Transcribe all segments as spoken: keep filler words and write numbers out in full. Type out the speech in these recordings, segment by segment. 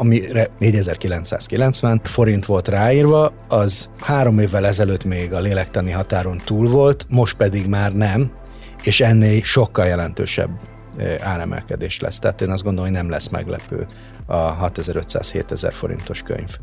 amire négyezer-kilencszázkilencven forint volt ráírva, az három évvel ezelőtt még a lélektani határon túl volt, most pedig már nem, és ennél sokkal jelentősebb áremelkedés lesz. Tehát én azt gondolom, hogy nem lesz meglepő a hatezer-ötszáz-hétezer forintos könyv.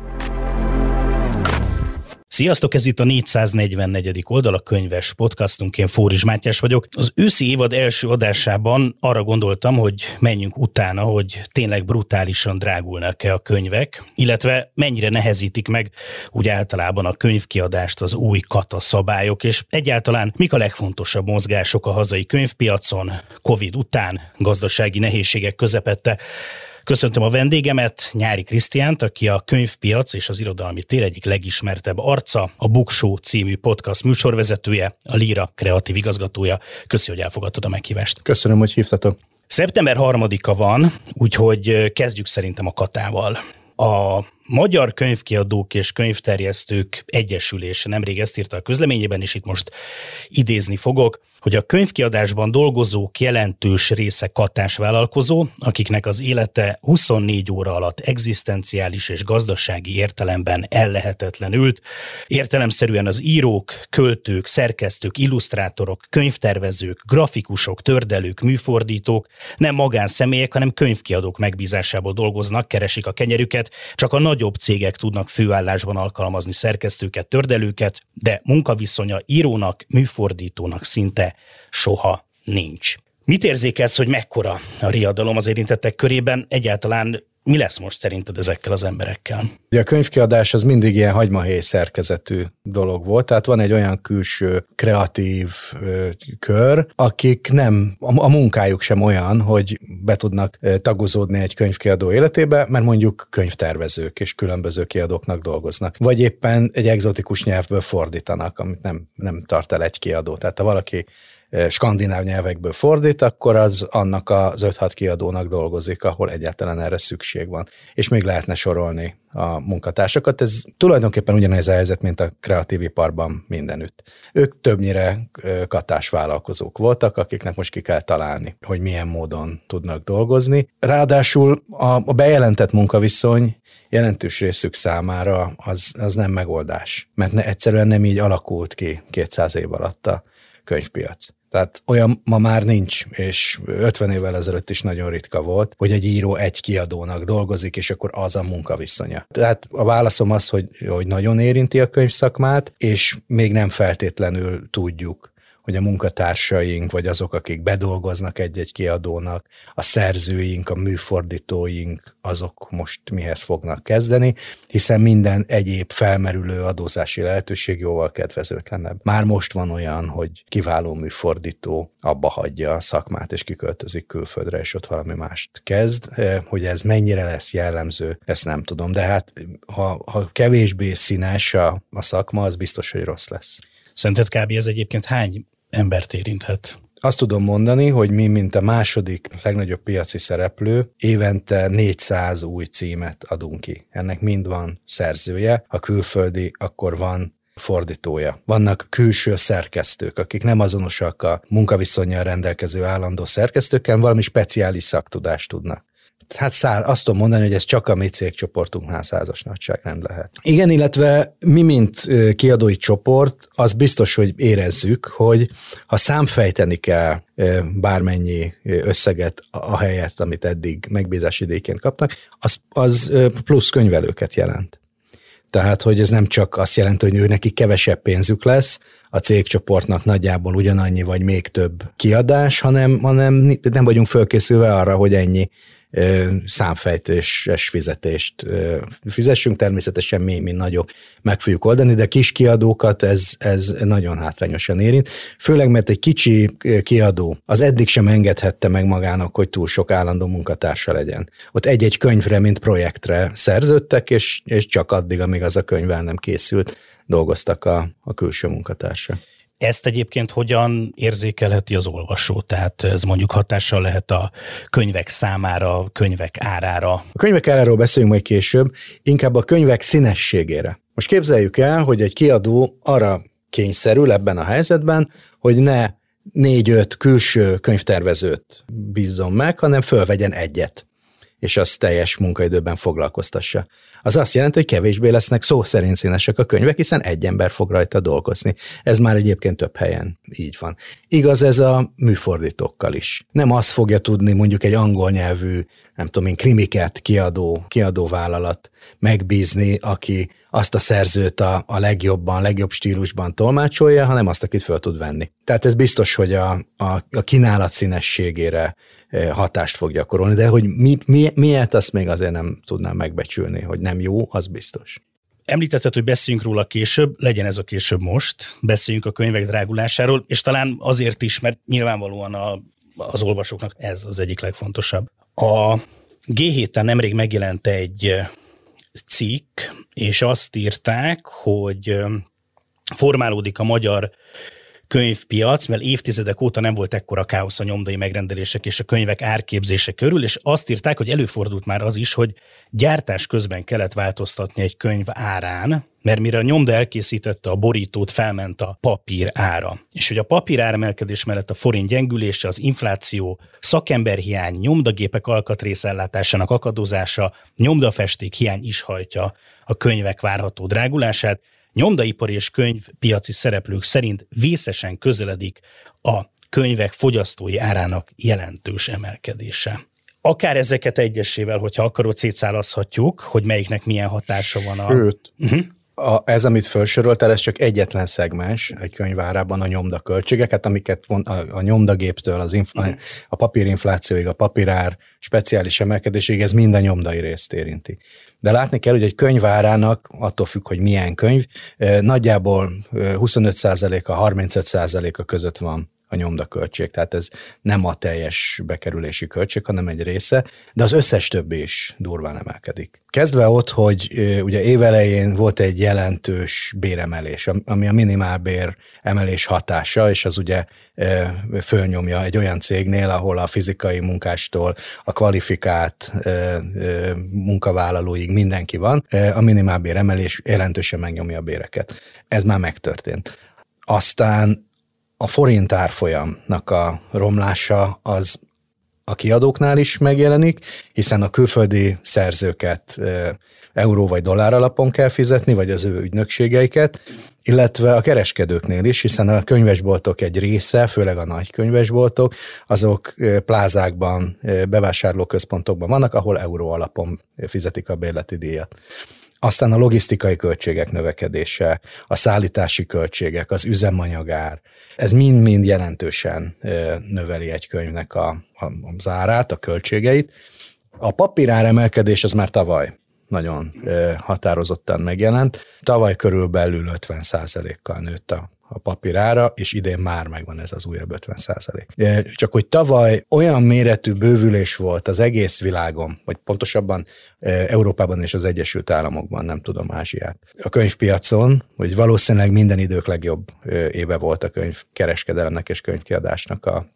Sziasztok, ez itt a négyszáznegyvennegyedik oldal, a könyves podcastunk, én Fóris Mátyás vagyok. Az őszi évad első adásában arra gondoltam, hogy menjünk utána, hogy tényleg brutálisan drágulnak-e a könyvek, illetve mennyire nehezítik meg úgy általában a könyvkiadást az új kata szabályok, és egyáltalán mik a legfontosabb mozgások a hazai könyvpiacon, Covid után, gazdasági nehézségek közepette. Köszöntöm a vendégemet, Nyári Krisztiánt, aki a könyvpiac és az irodalmi tér egyik legismertebb arca, a Bookshow című podcast műsorvezetője, a Líra kreatív igazgatója. Köszönöm, hogy elfogadtad a meghívást. Köszönöm, hogy hívtatok. Szeptember harmadika van, úgyhogy kezdjük szerintem a katával. A Magyar Könyvkiadók és Könyvterjesztők Egyesülése nemrég ezt írta a közleményében, és itt most idézni fogok, hogy a könyvkiadásban dolgozók jelentős része katásvállalkozó, akiknek az élete huszonnégy óra alatt egzisztenciális és gazdasági értelemben ellehetetlenült. Értelemszerűen az írók, költők, szerkesztők, illusztrátorok, könyvtervezők, grafikusok, tördelők, műfordítók nem magánszemélyek, hanem könyvkiadók megbízásából dolgoznak, keresik a kenyerüket, csak a nagyobb cégek tudnak főállásban alkalmazni szerkesztőket, tördelőket, de munkaviszonya írónak, műfordítónak szinte soha nincs. Mit érzékelsz, hogy mekkora a riadalom az érintettek körében? Egyáltalán mi lesz most szerinted ezekkel az emberekkel? Ugye a könyvkiadás az mindig ilyen hagymahéj szerkezetű dolog volt, tehát van egy olyan külső kreatív ö, kör, akik nem, a, a munkájuk sem olyan, hogy be tudnak ö, tagozódni egy könyvkiadó életébe, mert mondjuk könyvtervezők és különböző kiadóknak dolgoznak. Vagy éppen egy egzotikus nyelvből fordítanak, amit nem, nem tart el egy kiadó. Tehát ha valaki skandináv nyelvekből fordít, akkor az annak az öt-hat kiadónak dolgozik, ahol egyáltalán erre szükség van. És még lehetne sorolni a munkatársakat. Ez tulajdonképpen ugyanez a helyzet, mint a kreatív iparban mindenütt. Ők többnyire katás vállalkozók voltak, akiknek most ki kell találni, hogy milyen módon tudnak dolgozni. Ráadásul a, a bejelentett munkaviszony jelentős részük számára az, az nem megoldás, mert ne, egyszerűen nem így alakult ki kétszáz év alatt a könyvpiac. Tehát olyan ma már nincs, és ötven évvel ezelőtt is nagyon ritka volt, hogy egy író egy kiadónak dolgozik, és akkor az a munkaviszonya. Tehát a válaszom az, hogy, hogy nagyon érinti a könyvszakmát, és még nem feltétlenül tudjuk, hogy a munkatársaink, vagy azok, akik bedolgoznak egy-egy kiadónak, a szerzőink, a műfordítóink, azok most mihez fognak kezdeni, hiszen minden egyéb felmerülő adózási lehetőség jóval kedvezőtlenebb. Már most van olyan, hogy kiváló műfordító abba hagyja a szakmát, és kiköltözik külföldre, és ott valami mást kezd. Hogy ez mennyire lesz jellemző, ezt nem tudom, de hát ha, ha kevésbé színes a, a szakma, az biztos, hogy rossz lesz. Szerinted kb. Ez egyébként hány embert érinthet? Azt tudom mondani, hogy mi, mint a második legnagyobb piaci szereplő, évente négyszáz új címet adunk ki. Ennek mind van szerzője, ha külföldi, akkor van fordítója. Vannak külső szerkesztők, akik nem azonosak a munkaviszonnyal rendelkező állandó szerkesztőkkel, valami speciális szaktudást tudnak. Hát száz, azt tudom mondani, hogy ez csak a mi cégcsoportunknál százas nagyságrend lehet. Igen, illetve mi, mint kiadói csoport, az biztos, hogy érezzük, hogy ha számfejteni kell bármennyi összeget a helyet, amit eddig megbízási díjként kaptak, az, az plusz könyvelőket jelent. Tehát, hogy ez nem csak azt jelenti, hogy ő neki kevesebb pénzük lesz, a cégcsoportnak nagyjából ugyanannyi vagy még több kiadás, hanem, hanem nem vagyunk fölkészülve arra, hogy ennyi számfejtéses fizetést fizessünk, természetesen mi, mi nagyok meg fogjuk oldani, de kis kiadókat ez, ez nagyon hátrányosan érint, főleg mert egy kicsi kiadó az eddig sem engedhette meg magának, hogy túl sok állandó munkatársa legyen. Ott egy-egy könyvre, mint projektre szerződtek, és, és csak addig, amíg az a könyv el nem készült, dolgoztak a, a külső munkatársa. Ezt egyébként hogyan érzékelheti az olvasó? Tehát ez mondjuk hatással lehet a könyvek számára, a könyvek árára? A könyvek áráról beszéljünk majd később, inkább a könyvek színességére. Most képzeljük el, hogy egy kiadó arra kényszerül ebben a helyzetben, hogy ne négy-öt külső könyvtervezőt bízzon meg, hanem fölvegyen egyet. és azt teljes munkaidőben foglalkoztassa. Az azt jelenti, hogy kevésbé lesznek szó szerint színesek a könyvek, hiszen egy ember fog rajta dolgozni. Ez már egyébként több helyen így van. Igaz ez a műfordítókkal is. Nem azt fogja tudni mondjuk egy angol nyelvű, nem tudom én, krimiket kiadó, kiadó vállalat megbízni, aki azt a szerzőt a, a legjobban, legjobb stílusban tolmácsolja, hanem azt, akit föl tud venni. Tehát ez biztos, hogy a, a, a kínálat színességére hatást fog gyakorolni, de hogy mi, mi, miért, azt még azért nem tudnám megbecsülni, hogy nem jó, az biztos. Említetted, hogy beszéljünk róla később, legyen ez a később most, beszéljünk a könyvek drágulásáról, és talán azért is, mert nyilvánvalóan a, az olvasóknak ez az egyik legfontosabb. A gé héten nemrég megjelent egy cikk, és azt írták, hogy formálódik a magyar könyvpiac, mert évtizedek óta nem volt ekkora káosz a nyomdai megrendelések és a könyvek árképzése körül, és azt írták, hogy előfordult már az is, hogy gyártás közben kellett változtatni egy könyv árán, mert mire a nyomda elkészítette a borítót, felment a papír ára. És hogy a papír áremelkedés mellett a forint gyengülése, az infláció, szakemberhiány, nyomdagépek alkatrészellátásának akadozása, nyomdafesték hiány is hajtja a könyvek várható drágulását. Nyomdaipari és könyvpiaci szereplők szerint vészesen közeledik a könyvek fogyasztói árának jelentős emelkedése. Akár ezeket egyesével, hogyha akarod, szétszálazhatjuk, hogy melyiknek milyen hatása van a... Sőt, uh-huh. a, ez, amit felsoroltál, ez csak egyetlen szegmens egy könyv árában a nyomdaköltségek, hát amiket von, a, a nyomdagéptől az inf, uh-huh. a papírinflációig, a papírár speciális emelkedéséig, ez mind a nyomdai részt érinti. De látni kell, hogy egy könyv árának, attól függ, hogy milyen könyv, nagyjából huszonöt százaléka, harmincöt százaléka között van a nyomdaköltség. Tehát ez nem a teljes bekerülési költség, hanem egy része, de az összes többi is durván emelkedik. Kezdve ott, hogy ugye évelején volt egy jelentős béremelés, ami a minimálbér emelés hatása, és az ugye fölnyomja egy olyan cégnél, ahol a fizikai munkástól a kvalifikált munkavállalóig mindenki van, a minimálbér emelés jelentősen megnyomja a béreket. Ez már megtörtént. Aztán a forint árfolyamnak a romlása az a kiadóknál is megjelenik, hiszen a külföldi szerzőket euró vagy dollár alapon kell fizetni, vagy az ő ügynökségeiket, illetve a kereskedőknél is, hiszen a könyvesboltok egy része, főleg a nagy könyvesboltok, azok plázákban, bevásárlóközpontokban vannak, ahol euró alapon fizetik a bérleti díjat. Aztán a logisztikai költségek növekedése, a szállítási költségek, az üzemanyagár, ez mind-mind jelentősen növeli egy könyvnek a, a, az árát, a költségeit. A papírár emelkedés az már tavaly nagyon határozottan megjelent. Tavaly körülbelül ötven százalékkal nőtt a a papírára, és idén már megvan ez az újabb ötven százalék. Csak hogy tavaly olyan méretű bővülés volt az egész világon, vagy pontosabban Európában és az Egyesült Államokban, nem tudom, Ázsiát. A könyvpiacon, hogy valószínűleg minden idők legjobb éve volt a könyvkereskedelemnek és könyvkiadásnak a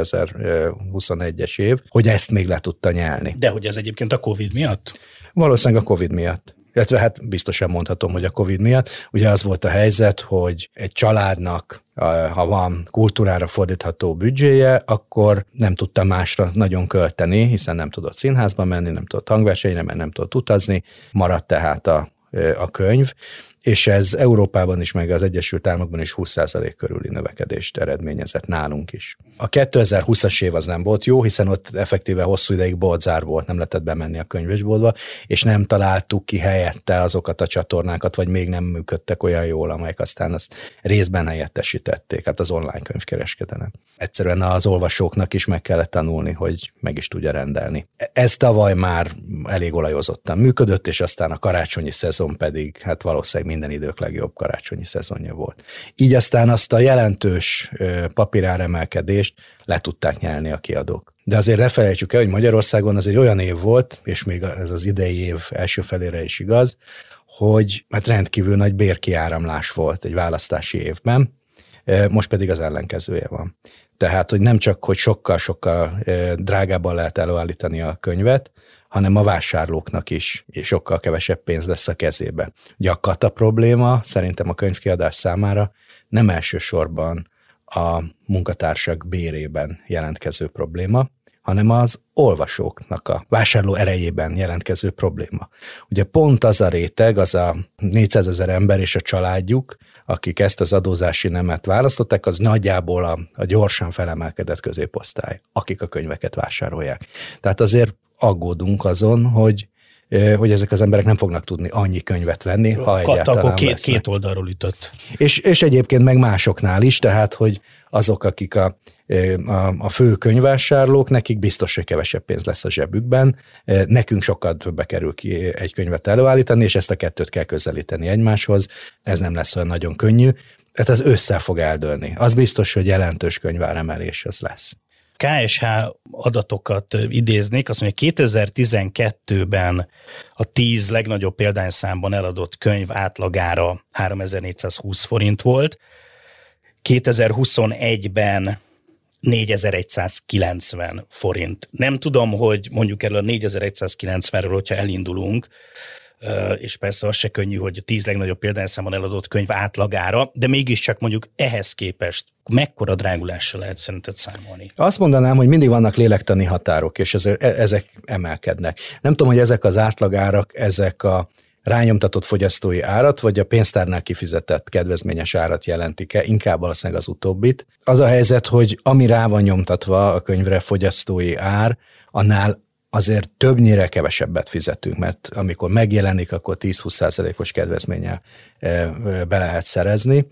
kétezer-huszonegyes év, hogy ezt még le tudta nyelni. De hogy ez egyébként a Covid miatt? Valószínűleg a Covid miatt. Illetve hát biztosan mondhatom, hogy a Covid miatt. Ugye az volt a helyzet, hogy egy családnak, ha van kultúrára fordítható büdzséje, akkor nem tudta másra nagyon költeni, hiszen nem tudott színházba menni, nem tudott hangversenyre menni, nem tudott utazni, maradt tehát a, a könyv, és ez Európában is, meg az Egyesült Államokban is húsz százalék körüli növekedést eredményezett nálunk is. A kétezer-húszas év az nem volt jó, hiszen ott effektíve hosszú ideig boltzár volt, nem lehetett bemenni a könyvesboltba, és nem találtuk ki helyette azokat a csatornákat, vagy még nem működtek olyan jól, amelyek aztán azt részben helyettesítették, hát az online könyvkereskedelem. Egyszerűen az olvasóknak is meg kellett tanulni, hogy meg is tudja rendelni. Ez tavaly már elég olajozottan működött, és aztán a karácsonyi szezon pedig, hát valószínűleg minden idők legjobb karácsonyi szezonja volt. Így aztán azt a jelentős papíráremelkedést le tudták nyelni a kiadók. De azért ne felejtsük el, hogy Magyarországon az egy olyan év volt, és még ez az idei év első felére is igaz, hogy hát rendkívül nagy bérkiáramlás volt egy választási évben, most pedig az ellenkezője van. Tehát, hogy nem csak, hogy sokkal-sokkal drágábban lehet előállítani a könyvet, hanem a vásárlóknak is sokkal kevesebb pénz lesz a kezébe. Ugye a kata probléma szerintem a könyvkiadás számára nem elsősorban a munkatársak bérében jelentkező probléma, hanem az olvasóknak a vásárló erejében jelentkező probléma. Ugye pont az a réteg, az a négyszázezer ember és a családjuk, akik ezt az adózási nemet választották, az nagyjából a, a gyorsan felemelkedett középosztály, akik a könyveket vásárolják. Tehát azért aggódunk azon, hogy hogy ezek az emberek nem fognak tudni annyi könyvet venni, ha egyáltalán akkor két, lesznek. két oldalról ütött. És, és egyébként meg másoknál is, tehát, hogy azok, akik a, a, a fő könyvvásárlók, nekik biztos, hogy kevesebb pénz lesz a zsebükben, nekünk sokkal többbe kerül ki egy könyvet előállítani, és ezt a kettőt kell közelíteni egymáshoz, ez nem lesz olyan nagyon könnyű, tehát ez össze fog eldőlni. Az biztos, hogy jelentős könyváremelés az lesz. ká es há adatokat idéznék, azt mondja, kétezer-tizenkettőben a tíz legnagyobb példányszámban eladott könyv átlagára háromezer-négyszázhúsz forint volt, kétezer-huszonegyben négyezer-egyszázkilencven forint. Nem tudom, hogy mondjuk erről a négyezer-egyszázkilencvenről, hogyha elindulunk, és persze az se könnyű, hogy a tíz legnagyobb példányszámon eladott könyv átlagára, de mégiscsak mondjuk ehhez képest mekkora drágulással lehet szerinted számolni? Azt mondanám, hogy mindig vannak lélektani határok, és ezek emelkednek. Nem tudom, hogy ezek az átlagárak, ezek a rányomtatott fogyasztói árat, vagy a pénztárnál kifizetett kedvezményes árat jelentik-e, inkább valószínűleg az utóbbit. Az a helyzet, hogy ami rá van nyomtatva a könyvre fogyasztói ár, annál azért többnyire kevesebbet fizetünk, mert amikor megjelenik, akkor tíz-húsz százalékos kedvezménnyel be lehet szerezni,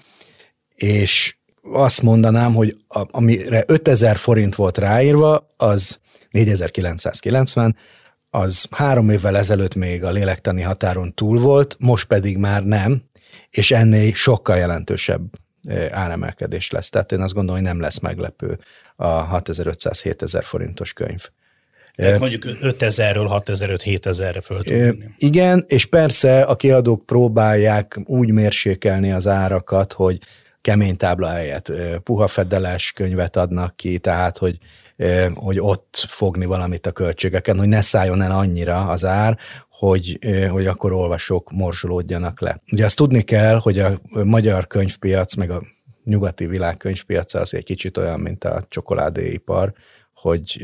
és azt mondanám, hogy amire ötezer forint volt ráírva, az négyezer-kilencszázkilencven, az három évvel ezelőtt még a lélektani határon túl volt, most pedig már nem, és ennél sokkal jelentősebb áremelkedés lesz. Tehát én azt gondolom, hogy nem lesz meglepő a hatezer-ötszáz-hétezer forintos könyv. Tehát mondjuk ötezerről hatezer-hétezerre föl tudni. Igen, és persze a kiadók próbálják úgy mérsékelni az árakat, hogy kemény tábla helyett puha fedeles könyvet adnak ki, tehát hogy, hogy ott fogni valamit a költségeken, hogy ne szálljon el annyira az ár, hogy, hogy akkor olvasók morzsolódjanak le. Ugye azt tudni kell, hogy a magyar könyvpiac, meg a nyugati világ könyvpiaca az egy kicsit olyan, mint a csokoládéipar, hogy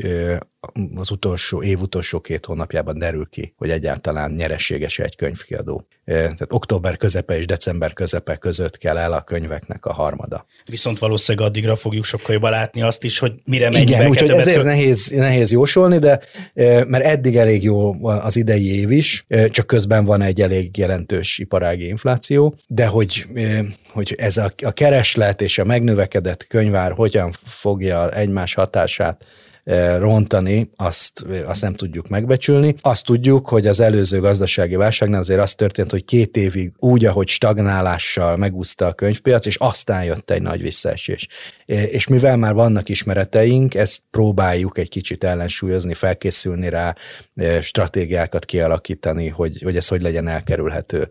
az utolsó év utolsó két hónapjában derül ki, hogy egyáltalán nyereséges egy könyvkiadó. Tehát október közepe és december közepe között kell el a könyveknek a harmada. Viszont valószínűleg addigra fogjuk sokkal jobban látni azt is, hogy mire megy. Igen, úgyhogy ezért kö... nehéz, nehéz jósolni, de mert eddig elég jó az idei év is, csak közben van egy elég jelentős iparági infláció, de hogy, hogy ez a, a kereslet és a megnövekedett könyvár hogyan fogja egymás hatását rontani, azt, azt nem tudjuk megbecsülni. Azt tudjuk, hogy az előző gazdasági válságnál azért az történt, hogy két évig úgy, ahogy stagnálással megúszta a könyvpiac, és aztán jött egy nagy visszaesés. És mivel már vannak ismereteink, ezt próbáljuk egy kicsit ellensúlyozni, felkészülni rá, stratégiákat kialakítani, hogy, hogy ez hogy legyen elkerülhető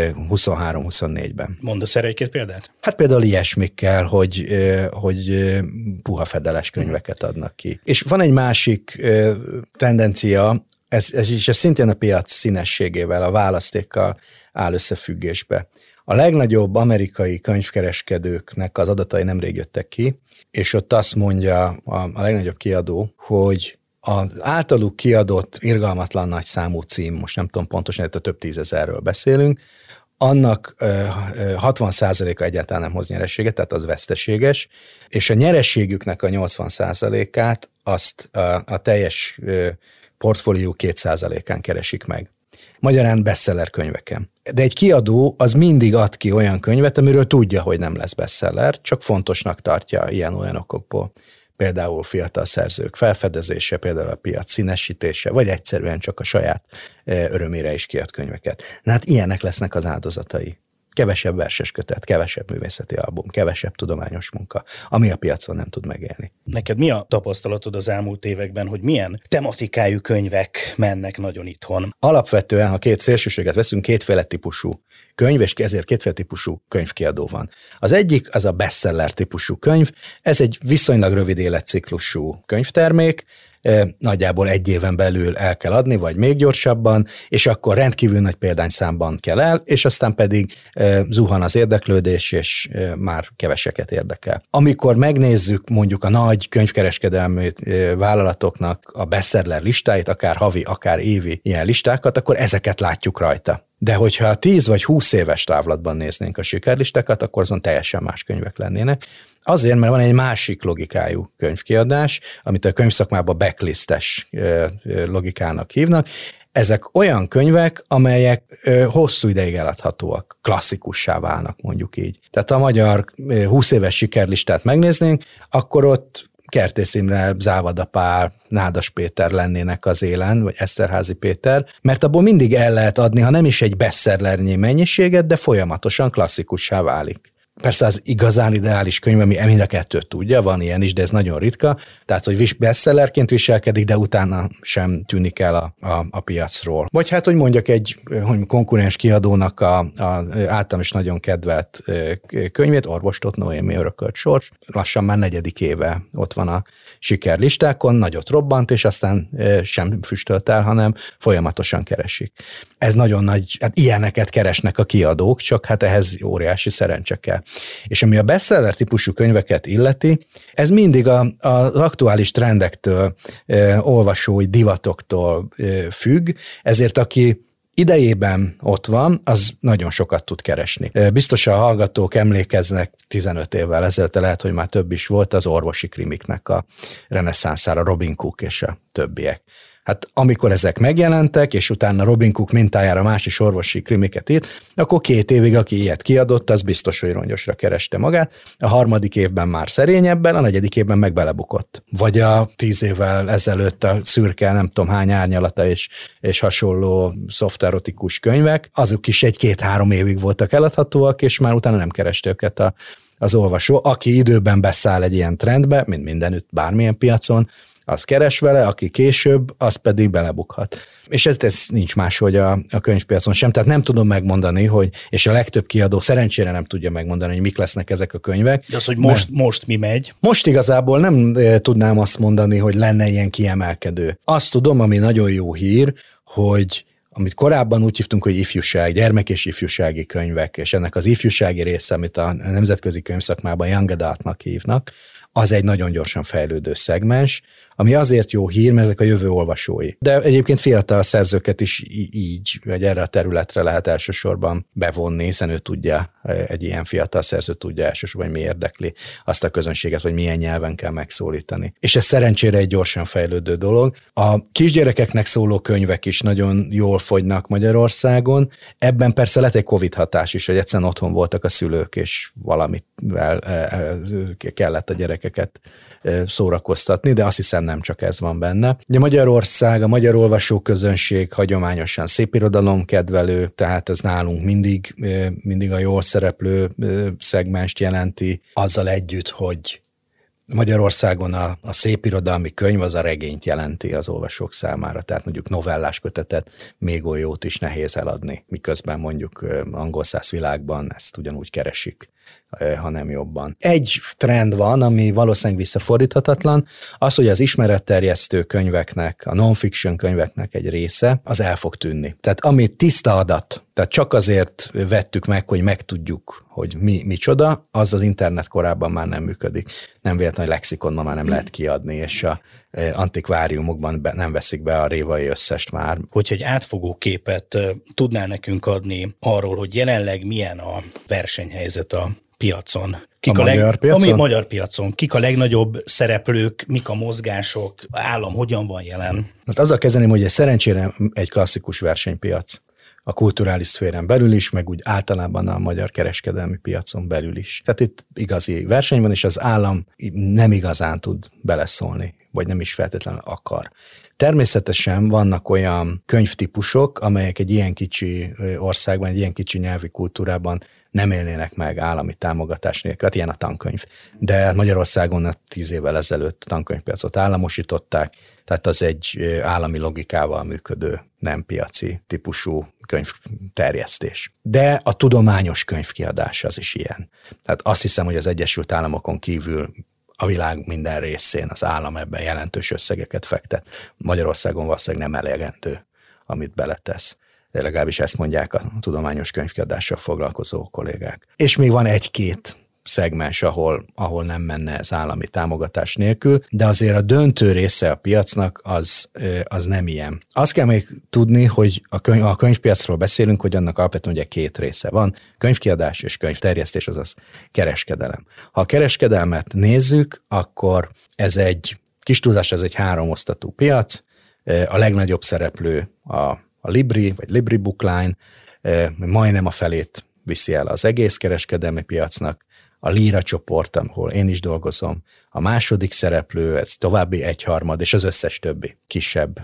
huszonhárom-huszonnégyben. Mondasz erre egy-két példát? Hát például ilyesmikkel, hogy, hogy puha fedeles könyveket adnak ki. És van egy másik tendencia, ez, ez is ez szintén a piac színességével, a választékkal áll összefüggésbe. A legnagyobb amerikai könyvkereskedőknek az adatai nemrég jöttek ki, és ott azt mondja a, a legnagyobb kiadó, hogy az általuk kiadott irgalmatlan nagy számú cím, most nem tudom pontosan, itt a több tízezerről beszélünk, annak hatvan százaléka egyáltalán nem hoz nyereséget, tehát az veszteséges, és a nyereségüknek a nyolcvan százalékát azt a, a teljes portfólió két százalékán keresik meg. Magyarán bestseller könyveken. De egy kiadó az mindig ad ki olyan könyvet, amiről tudja, hogy nem lesz bestseller, csak fontosnak tartja ilyen-olyan okokból. Például fiatal szerzők felfedezése, például a piac színesítése, vagy egyszerűen csak a saját örömére is kiad könyveket. Na hát ilyenek lesznek az áldozatai. Kevesebb verses kötet, kevesebb művészeti album, kevesebb tudományos munka, ami a piacon nem tud megélni. Neked mi a tapasztalatod az elmúlt években, hogy milyen tematikájú könyvek mennek nagyon itthon? Alapvetően, ha két szélsőséget veszünk, kétféle típusú könyv, és ezért kétféle típusú könyvkiadó van. Az egyik az a bestseller típusú könyv, ez egy viszonylag rövid életciklusú könyvtermék, nagyjából egy éven belül el kell adni, vagy még gyorsabban, és akkor rendkívül nagy példányszámban kell el, és aztán pedig zuhan az érdeklődés, és már keveseket érdekel. Amikor megnézzük mondjuk a nagy könyvkereskedelmi vállalatoknak a bestseller listáit, akár havi, akár évi ilyen listákat, akkor ezeket látjuk rajta. De hogyha tíz vagy húsz éves távlatban néznénk a sikerlistákat, akkor azon teljesen más könyvek lennének. Azért, mert van egy másik logikájú könyvkiadás, amit a könyvszakmában backlistes logikának hívnak. Ezek olyan könyvek, amelyek hosszú ideig eladhatóak, klasszikussá válnak, mondjuk így. Tehát a magyar húsz éves sikerlistát megnéznénk, akkor ott Kertész Imre, Závada Pál, Nádas Péter lennének az élen, vagy Eszterházy Péter, mert abból mindig el lehet adni, ha nem is egy bestsellernyi mennyiséget, de folyamatosan klasszikussá válik. Persze az igazán ideális könyv, ami mind a kettőt tudja, van ilyen is, de ez nagyon ritka, tehát hogy bestsellerként viselkedik, de utána sem tűnik el a, a, a piacról. Vagy hát, hogy mondjak egy hogy konkurens kiadónak a, a általam is nagyon kedvelt könyvét, Orvostott Noémi örökölt sors, lassan már negyedik éve ott van a sikerlistákon, nagyot robbant, és aztán sem füstölt el, hanem folyamatosan keresik. Ez nagyon nagy, hát ilyeneket keresnek a kiadók, csak hát ehhez óriási szerencse kell. És ami a bestseller típusú könyveket illeti, ez mindig a, a, az aktuális trendektől, e, olvasói divatoktól e, függ, ezért aki idejében ott van, az nagyon sokat tud keresni. Biztos a hallgatók emlékeznek tizenöt évvel ezelőtt, lehet, hogy már több is volt, az orvosi krimiknek a reneszánszára, Robin Cook és a többiek. Hát amikor ezek megjelentek, és utána Robin Cook mintájára más is orvosi krimiket írt, akkor két évig, aki ilyet kiadott, az biztos, hogy rongyosra kereste magát. A harmadik évben már szerényebben, a negyedik évben meg belebukott. Vagy a tíz évvel ezelőtt a szürke, nem tudom hány árnyalata és, és hasonló szofterotikus könyvek, azok is egy-két-három évig voltak eladhatóak, és már utána nem kereste őket a, az olvasó. Aki időben beszáll egy ilyen trendbe, mint mindenütt, bármilyen piacon, az keres vele, aki később, az pedig belebukhat. És ez, ez nincs máshogy a, a könyvpiacon sem, tehát nem tudom megmondani, hogy, és a legtöbb kiadó szerencsére nem tudja megmondani, hogy mik lesznek ezek a könyvek. De az, hogy most, most mi megy? Most igazából nem tudnám azt mondani, hogy lenne ilyen kiemelkedő. Azt tudom, ami nagyon jó hír, hogy amit korábban úgy hívtunk, hogy ifjúság, gyermek és ifjúsági könyvek, és ennek az ifjúsági része, amit a nemzetközi könyvszakmában young adultnak hívnak, az egy nagyon gyorsan fejlődő szegmens, ami azért jó hír, mert ezek a jövő olvasói. De egyébként fiatal szerzőket is így, vagy erre a területre lehet elsősorban bevonni, hiszen ő tudja, egy ilyen fiatal szerző tudja elsősorban, hogy mi érdekli azt a közönséget, vagy milyen nyelven kell megszólítani. És ez szerencsére egy gyorsan fejlődő dolog. A kisgyerekeknek szóló könyvek is nagyon jól fogynak Magyarországon. Ebben persze lett egy Covid hatás is, hogy egyszerűen otthon voltak a szülők, és valamivel kellett a gyerekeket szórakoztatni, de azt hiszem nem csak ez van benne. Ugye Magyarország, a magyar olvasóközönség hagyományosan szépirodalom kedvelő, tehát ez nálunk mindig, mindig a jól szereplő szegmenst jelenti, azzal együtt, hogy Magyarországon a, a szépirodalmi könyv az a regényt jelenti az olvasók számára, tehát mondjuk novellás kötetet még olyót is nehéz eladni, miközben mondjuk angol száz világban ezt ugyanúgy keresik, ha nem jobban. Egy trend van, ami valószínűleg visszafordíthatatlan, az, hogy az ismeretterjesztő könyveknek, a non-fiction könyveknek egy része, az el fog tűnni. Tehát ami tiszta adat, tehát csak azért vettük meg, hogy megtudjuk, hogy mi, micsoda, az az internet korában már nem működik. Nem véletlenül lexikonnal már nem lehet kiadni, és a antikváriumokban be, nem veszik be a révai összest már. Hogyha egy átfogó képet tudnál nekünk adni arról, hogy jelenleg milyen a versenyhelyzet a piacon. Kik a, a magyar leg... piacon? A magyar piacon. Kik a legnagyobb szereplők, mik a mozgások, állam hogyan van jelen? Hát azzal kezdeném, hogy ez szerencsére egy klasszikus versenypiac. A kulturális szféren belül is, meg úgy általában a magyar kereskedelmi piacon belül is. Tehát itt igazi verseny van, és az állam nem igazán tud beleszólni, vagy nem is feltétlenül akar. Természetesen vannak olyan könyvtípusok, amelyek egy ilyen kicsi országban, egy ilyen kicsi nyelvi kultúrában nem élnének meg állami támogatás nélkül. Hát ilyen a tankönyv. De Magyarországon tíz évvel ezelőtt a tankönyvpiacot államosították, tehát az egy állami logikával működő, nem piaci típusú könyvterjesztés. De a tudományos könyvkiadás az is ilyen. Tehát azt hiszem, hogy az Egyesült Államokon kívül a világ minden részén az állam ebben jelentős összegeket fektet. Magyarországon valószínűleg nem elegendő, amit beletesz. De legalábbis ezt mondják a tudományos könyvkiadással foglalkozó kollégák. És még van egy-két szegmens, ahol, ahol nem menne ez állami támogatás nélkül, de azért a döntő része a piacnak az, az nem ilyen. Azt kell még tudni, hogy a, könyv, a könyvpiacról beszélünk, hogy annak alapvetően ugye két része van, könyvkiadás és könyvterjesztés, azaz kereskedelem. Ha a kereskedelmet nézzük, akkor ez egy kis túlzás, ez egy háromosztatú piac, a legnagyobb szereplő a, a Libri, vagy Libri Bookline, majdnem a felét viszi el az egész kereskedelmi piacnak, a Líra csoport, ahol én is dolgozom, a második szereplő, ez további egyharmad, és az összes többi kisebb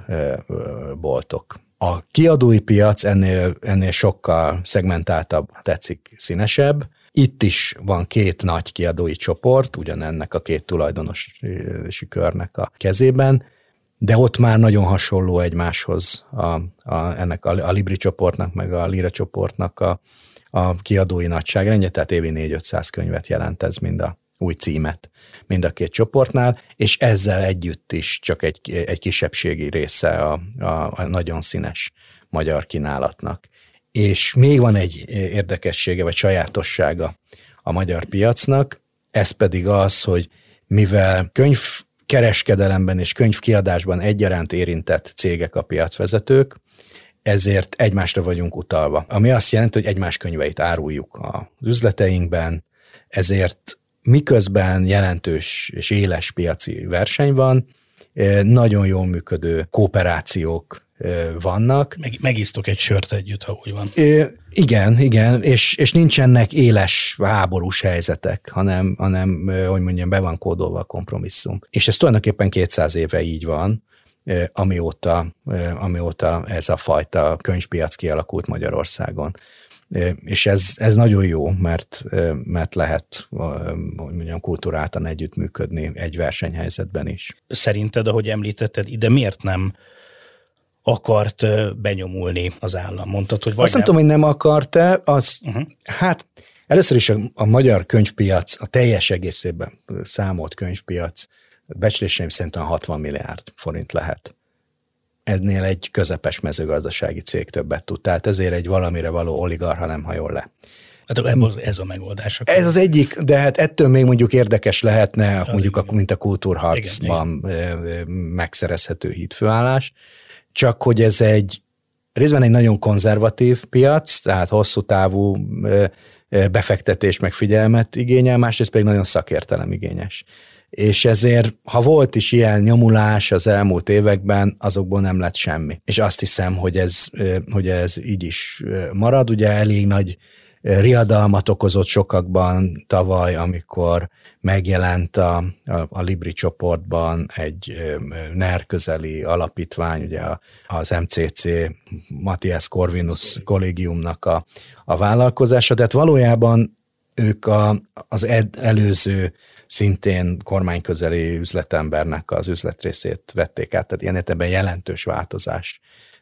boltok. A kiadói piac ennél, ennél sokkal szegmentáltabb, tetszik, színesebb. Itt is van két nagy kiadói csoport, ugyanennek a két tulajdonosi körnek a kezében, de ott már nagyon hasonló egymáshoz a, a, ennek a, a Libri csoportnak, meg a Líra csoportnak a a kiadói nagyságrendje, tehát évi négy-ötszáz könyvet jelent ez mind a új címet, mind a két csoportnál, és ezzel együtt is csak egy, egy kisebbségi része a, a, a nagyon színes magyar kínálatnak. És még van egy érdekessége, vagy sajátossága a magyar piacnak, ez pedig az, hogy mivel könyvkereskedelemben és könyvkiadásban egyaránt érintett cégek a piacvezetők, ezért egymásra vagyunk utalva. Ami azt jelenti, hogy egymás könyveit áruljuk az üzleteinkben, ezért miközben jelentős és éles piaci verseny van, nagyon jól működő kooperációk vannak. Meg, megisztok egy sört együtt, ha úgy van. Igen, igen, és, és nincsenek éles háborús helyzetek, hanem, hanem, hogy mondjam, be van kódolva a kompromisszum. És ez tulajdonképpen kétszáz éve így van, amióta, amióta ez a fajta könyvpiac kialakult Magyarországon. És ez, ez nagyon jó, mert, mert lehet, hogy mondjam, kulturáltan együttműködni egy versenyhelyzetben is. Szerinted, ahogy említetted, ide miért nem akart benyomulni az állam? Mondtad, hogy vagy Azt nem, nem tudom, hogy nem akart-e, az, uh-huh. hát először is a, a magyar könyvpiac, a teljes egészében számolt könyvpiac, becsléseim szerint hatvan milliárd forint lehet. Ennél egy közepes mezőgazdasági cég többet tud, tehát ezért egy valamire való oligarcha nem hajol le. Hát ebből ez a megoldás. Ez az egyik, de hát ettől még mondjuk érdekes lehetne, az mondjuk igen. a, mint a kultúrharcban igen, igen. megszerezhető hídfőállás, csak hogy ez egy részben egy nagyon konzervatív piac, tehát hosszú távú befektetés meg figyelmet igényel, másrészt pedig nagyon szakértelem igényes. És ezért, ha volt is ilyen nyomulás az elmúlt években, azokból nem lett semmi. És azt hiszem, hogy ez, hogy ez így is marad. Ugye elég nagy riadalmat okozott sokakban tavaly, amikor megjelent a, a, a Libri csoportban egy en e er közeli alapítvány, ugye az em cé cé, Matthias Corvinus kollégiumnak a, a vállalkozása, tehát valójában ők a, az ed, előző szintén kormányközeli üzletembernek az üzletrészét vették át, tehát ilyen értelemben jelentős változás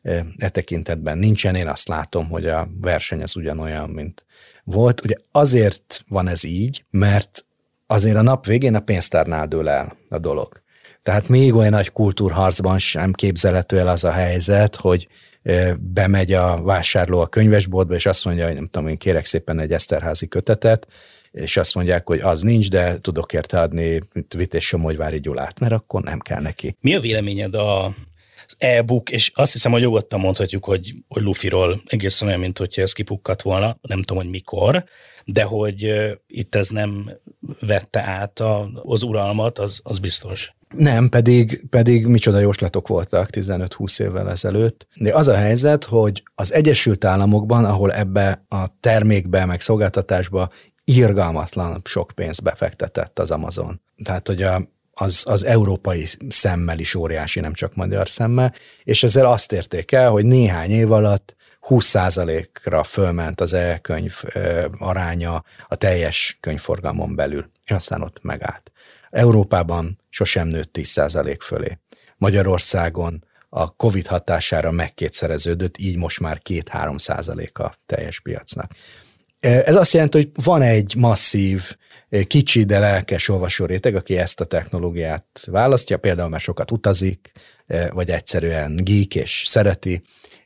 e tekintetben nincsen. Én azt látom, hogy a verseny az ugyanolyan, mint volt. Ugye azért van ez így, mert azért a nap végén a pénztárnál dől el a dolog. Tehát még olyan nagy kultúrharcban sem képzelhető el az a helyzet, hogy bemegy a vásárló a könyvesboltba, és azt mondja, hogy nem tudom, én kérek szépen egy Eszterházy kötetet, és azt mondják, hogy az nincs, de tudok érte adni Vitéz Somogyvári Gyulát, mert akkor nem kell neki. Mi a véleményed a, az e-book, és azt hiszem, hogy nyugodtan mondhatjuk, hogy, hogy Lufiról egészen olyan, mint hogyha ez kipukkadt volna, nem tudom, hogy mikor, de hogy uh, itt ez nem vette át a, az uralmat, az, az biztos. Nem, pedig, pedig micsoda jóslatok voltak tizenöt-húsz évvel ezelőtt. De az a helyzet, hogy az Egyesült Államokban, ahol ebbe a termékbe, meg szolgáltatásba irgalmatlan sok pénzt befektetett az Amazon. Tehát, hogy a, az, az európai szemmel is óriási, nem csak magyar szemmel, és ezzel azt érték el, hogy néhány év alatt húsz százalékra fölment az e-könyv aránya a teljes könyvforgalmon belül, és aztán ott megállt. Európában sosem nőtt tíz százalék fölé. Magyarországon a Covid hatására megkétszereződött, így most már két-három százalék a teljes piacnak. Ez azt jelenti, hogy van egy masszív kicsi, de lelkes olvasó réteg, aki ezt a technológiát választja, például mert sokat utazik, vagy egyszerűen geek és szereti,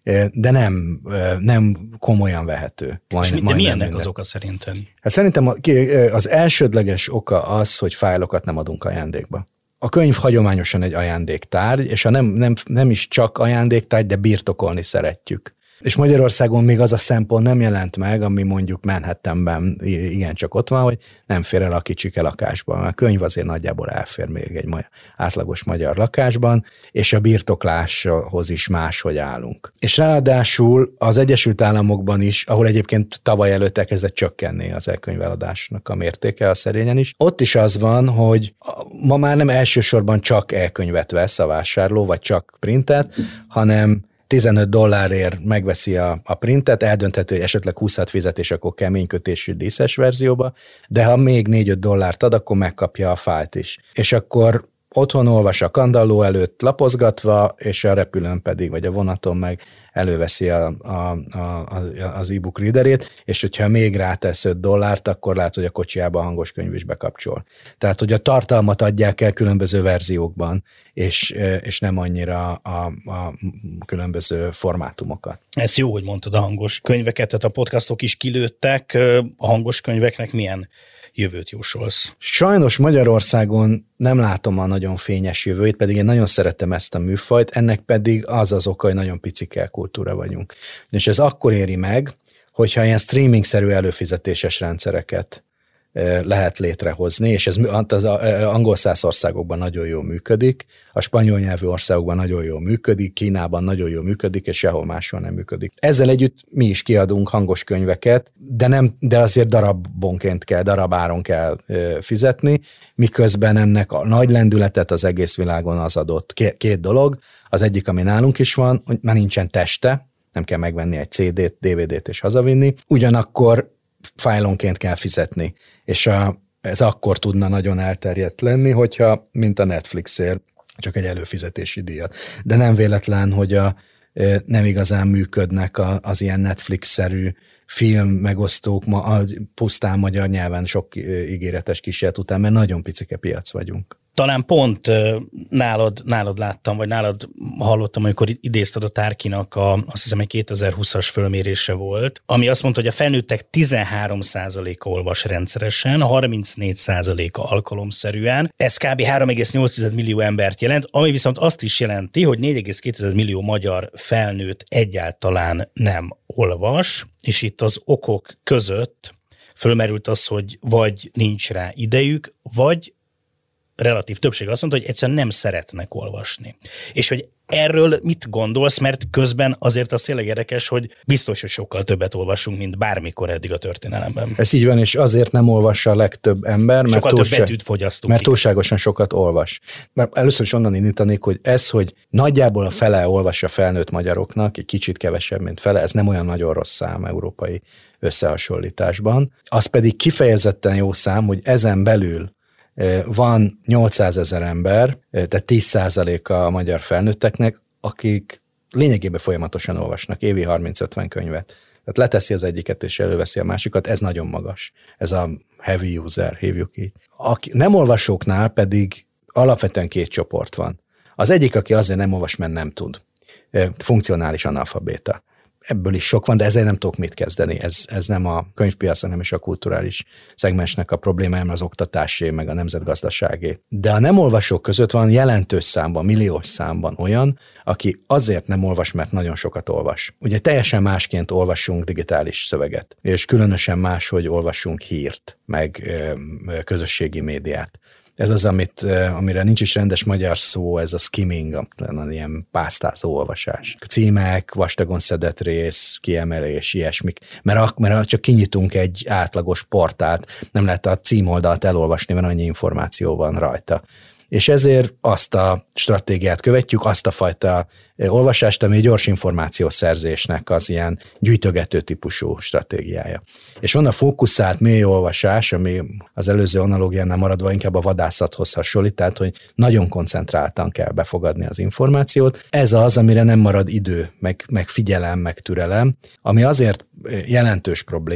de nem, nem komolyan vehető. Majd, és de mi ennek minden. Az oka szerintem? Hát szerintem az elsődleges oka az, hogy fájlokat nem adunk ajándékba. A könyv hagyományosan egy ajándéktárgy, és a nem, nem, nem is csak ajándéktárgy, de birtokolni szeretjük. És Magyarországon még az a szempont nem jelent meg, ami mondjuk Manhattanben igencsak ott van, hogy nem fér el a kicsike lakásban. A könyv azért nagyjából elfér még egy magyar, átlagos magyar lakásban, és a birtokláshoz is máshogy állunk. És ráadásul az Egyesült Államokban is, ahol egyébként tavaly előtt elkezdett csökkenni az e-könyveladásnak a mértéke, a szerényen is, ott is az van, hogy ma már nem elsősorban csak e-könyvet vesz a vásárló, vagy csak printet, hanem tizenöt dollárért megveszi a, a printet, eldönthető, hogy esetleg húszat fizet, és akkor keménykötésű díszes verzióba, de ha még négy-öt dollárt ad, akkor megkapja a fájlt is. És akkor otthon olvas a kandalló előtt lapozgatva, és a repülőn pedig, vagy a vonaton meg előveszi a, a, a, az e-book readerét, és hogyha még rátesz öt dollárt, akkor lát, hogy a kocsiába a hangos könyv is bekapcsol. Tehát, hogy a tartalmat adják el különböző verziókban, és, és nem annyira a, a különböző formátumokat. Ez jó, hogy mondtad a hangos könyveket, tehát a podcastok is kilőttek, a hangos könyveknek milyen jövőt jósolsz? Sajnos Magyarországon nem látom a nagyon fényes jövőt, pedig én nagyon szeretem ezt a műfajt, ennek pedig az az oka, hogy nagyon picike kultúra vagyunk. És ez akkor éri meg, hogyha ilyen streaming-szerű előfizetéses rendszereket lehet létrehozni, és ez az angolszász országokban nagyon jól működik, a spanyol nyelvű országokban nagyon jól működik, Kínában nagyon jól működik, és sehol máshol nem működik. Ezzel együtt mi is kiadunk hangos könyveket, de, nem, de azért darabonként kell, darabáron kell fizetni, miközben ennek a nagy lendületet az egész világon az adott. Két dolog, az egyik, ami nálunk is van, hogy már nincsen teste, nem kell megvenni egy cé dét, dé vé dét és hazavinni, ugyanakkor fájlonként kell fizetni, és a, ez akkor tudna nagyon elterjedt lenni, hogyha, mint a Netflixért, csak egy előfizetési díjat. De nem véletlen, hogy a, nem igazán működnek a, az ilyen Netflix-szerű film megosztók ma, a pusztán magyar nyelven sok ígéretes kísérlet után, mert nagyon picike piac vagyunk. Talán pont nálad, nálad láttam, vagy nálad hallottam, amikor idézted a Tárkinak a, azt hiszem, egy kétezer-húszas fölmérése volt, ami azt mondta, hogy a felnőttek tizenhárom százaléka olvas rendszeresen, harmincnégy százaléka alkalomszerűen. Ez kb. három egész nyolc millió embert jelent, ami viszont azt is jelenti, hogy négy egész két millió magyar felnőtt egyáltalán nem olvas, és itt az okok között fölmerült az, hogy vagy nincs rá idejük, vagy relatív többség azt mondta, hogy egyszerűen nem szeretnek olvasni. És hogy erről mit gondolsz, mert közben azért az tényleg érdekes, hogy biztos, hogy sokkal többet olvasunk, mint bármikor eddig a történelemben. Ez így van, és azért nem olvassa a legtöbb ember, mert, sokkal több betűt fogyasztunk. Mert túlságosan sokat olvas. Mert először is onnan indítanék, hogy ez, hogy nagyjából a fele olvas a felnőtt magyaroknak, egy kicsit kevesebb, mint fele, ez nem olyan nagyon rossz szám európai összehasonlításban. Az pedig kifejezetten jó szám, hogy ezen belül van nyolcszázezer ember, tehát tíz százaléka a magyar felnőtteknek, akik lényegében folyamatosan olvasnak, évi harminc-ötven könyvet. Tehát leteszi az egyiket és előveszi a másikat, ez nagyon magas. Ez a heavy user, hívjuk így. A nem olvasóknál pedig alapvetően két csoport van. Az egyik, aki azért nem olvas, mert nem tud. Funkcionális analfabéta. Ebből is sok van, de ezzel nem tudok mit kezdeni. Ez, ez nem a könyvpiac, hanem is a kulturális szegmensnek a problémája, az oktatásé, meg a nemzetgazdaságé. De a nem olvasók között van jelentős számban, milliós számban olyan, aki azért nem olvas, mert nagyon sokat olvas. Ugye teljesen másként olvassunk digitális szöveget, és különösen más, hogy olvassunk hírt, meg ö, közösségi médiát. Ez az, amit, amire nincs is rendes magyar szó, ez a skimming, ilyen pásztázó olvasás. Címek, vastagon szedett rész, kiemelés, ilyesmik. Mert, mert csak kinyitunk egy átlagos portált, nem lehet a címoldalt elolvasni, mert annyi információ van rajta. És ezért azt a stratégiát követjük, azt a fajta olvasást, ami gyors információszerzésnek az ilyen gyűjtögető típusú stratégiája. És van a fókuszált mély olvasás, ami az előző analógiánál maradva inkább a vadászathoz hasonlít, tehát hogy nagyon koncentráltan kell befogadni az információt. Ez az, amire nem marad idő, meg, meg figyelem, meg türelem, ami azért jelentős probléma,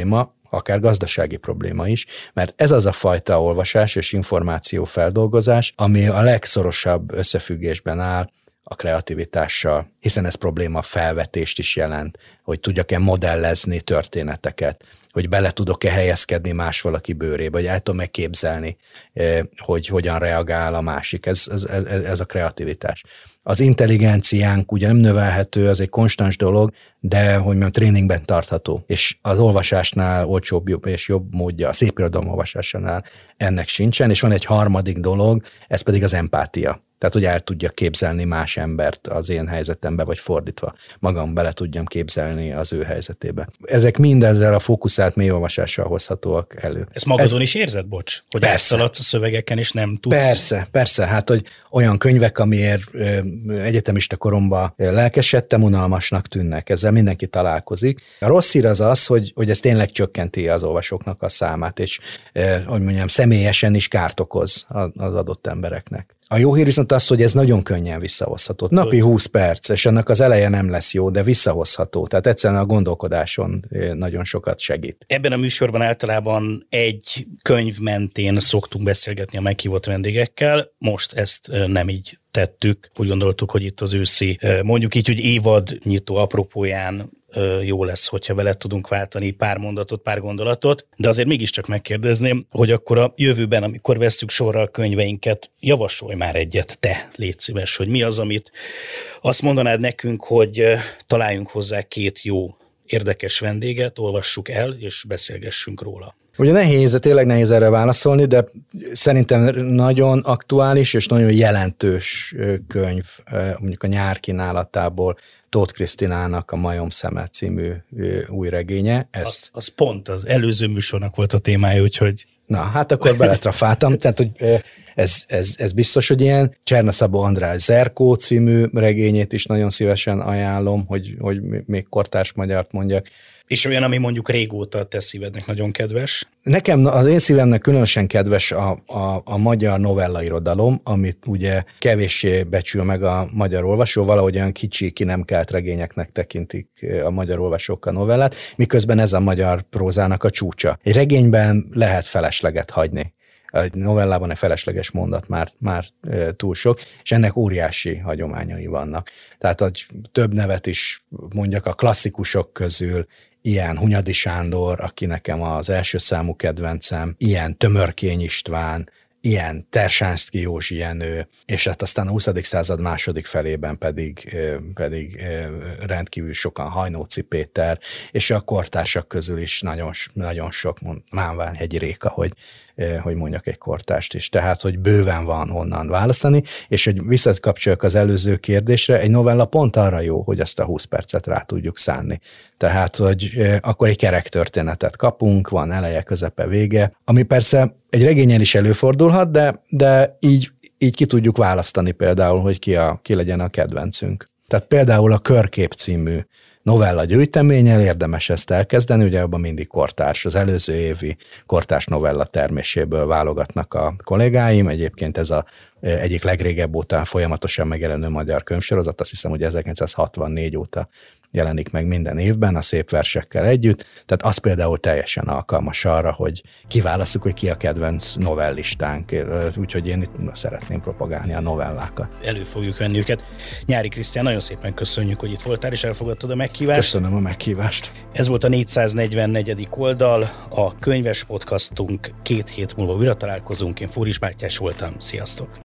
akár gazdasági probléma is, mert ez az a fajta olvasás és információfeldolgozás, ami a legszorosabb összefüggésben áll a kreativitással, hiszen ez probléma felvetést is jelent, hogy tudjak-e modellezni történeteket, hogy bele tudok-e helyezkedni más valaki bőrébe, vagy el tudom megképzelni, hogy hogyan reagál a másik. Ez, ez, ez, ez a kreativitás. Az intelligenciánk ugye nem növelhető, az egy konstans dolog, de hogy mondjam, tréningben tartható. És az olvasásnál olcsóbb jobb és jobb módja, a szépirodalom olvasásánál ennek sincsen, és van egy harmadik dolog, ez pedig az empátia. Tehát, hogy el tudja képzelni más embert az én helyzetembe, vagy fordítva. Magam bele tudjam képzelni az ő helyzetébe. Ezek mind ezzel a fókuszált mélyolvasással hozhatóak elő. Ezt magadon Ez... is érzed, bocs? Hogy átszaladsz a szövegeken, és nem tudsz? Persze, persze. Hát, hogy olyan könyvek, amiért ö, egyetemista koromban lelkesedtem, unalmasnak tűnnek. Ezzel mindenki találkozik. A rossz hír az az, hogy, hogy ez tényleg csökkenti az olvasóknak a számát, és ö, hogy mondjam, személyesen is kárt okoz az adott embereknek. A jó hír viszont az, hogy ez nagyon könnyen visszahozható. Napi húsz perc, és ennek az eleje nem lesz jó, de visszahozható. Tehát egyszerűen a gondolkodáson nagyon sokat segít. Ebben a műsorban általában egy könyv mentén szoktunk beszélgetni a meghívott vendégekkel. Most ezt nem így tettük. Úgy gondoltuk, hogy itt az őszi, mondjuk így, hogy évadnyitó apropóján jó lesz, hogyha vele tudunk váltani pár mondatot, pár gondolatot, de azért mégiscsak megkérdezném, hogy akkor a jövőben, amikor vesszük sorra a könyveinket, javasolj már egyet, te, légy szíves, hogy mi az, amit azt mondanád nekünk, hogy találjunk hozzá két jó, érdekes vendéget, olvassuk el, és beszélgessünk róla. Ugye nehéz, tényleg nehéz erre válaszolni, de szerintem nagyon aktuális és nagyon jelentős könyv, mondjuk a nyár kínálatából Tóth Krisztinának a Majom szeme című új regénye. Ez... Az, az pont az előző műsornak volt a témája, úgyhogy... Na, hát akkor beletrafáltam, tehát hogy ez, ez, ez biztos, hogy ilyen. Csernaszabó András Zerkó című regényét is nagyon szívesen ajánlom, hogy, hogy még kortárs magyart mondjak. És olyan, ami mondjuk régóta a te szívednek nagyon kedves? Nekem, az én szívemnek különösen kedves a, a, a magyar novellairodalom, amit ugye kevéssé becsül meg a magyar olvasó, valahogy olyan kicsi, ki nem kelt regényeknek tekintik a magyar olvasók a novellát, miközben ez a magyar prózának a csúcsa. Egy regényben lehet felesleget hagyni. A novellában egy felesleges mondat már, már túl sok, és ennek óriási hagyományai vannak. Tehát, hogy több nevet is mondjak a klasszikusok közül, ilyen Hunyadi Sándor, aki nekem az első számú kedvencem, ilyen Tömörkény István, ilyen Tersánszky Józsi Jenő, és hát aztán a huszadik század második felében pedig, pedig rendkívül sokan Hajnóci Péter, és a kortársak közül is nagyon, nagyon sok, Mánvánhegyi Réka, hogy, hogy mondjak egy kortárst is. Tehát, hogy bőven van honnan választani, és hogy visszakapcsoljak az előző kérdésre, egy novella pont arra jó, hogy azt a húsz percet rá tudjuk szánni. Tehát, hogy akkor egy kerek történetet kapunk, van eleje, közepe, vége, ami persze egy regényen is előfordulhat, de, de így, így ki tudjuk választani például, hogy ki, a, ki legyen a kedvencünk. Tehát például a Körkép című novella gyűjteménnyel érdemes ezt elkezdeni, ugye abban mindig kortárs, az előző évi kortárs novella terméséből válogatnak a kollégáim, egyébként ez a egyik legrégebb óta folyamatosan megjelenő magyar könyvsorozat, azt hiszem, hogy ezerkilencszázhatvannégy óta jelenik meg minden évben a szép versekkel együtt, tehát az például teljesen alkalmas arra, hogy kiválasszuk, hogy ki a kedvenc novellistánk, úgyhogy én itt szeretném propagálni a novellákat. Elő fogjuk venni őket. Nyári Krisztián, nagyon szépen köszönjük, hogy itt voltál, és elfogadtad a meghívást. Köszönöm a meghívást. Ez volt a négyszáznegyvennegyedik oldal, a könyves podcastunk, két hét múlva újra találkozunk, én Fóris Bátyás voltam, sziasztok!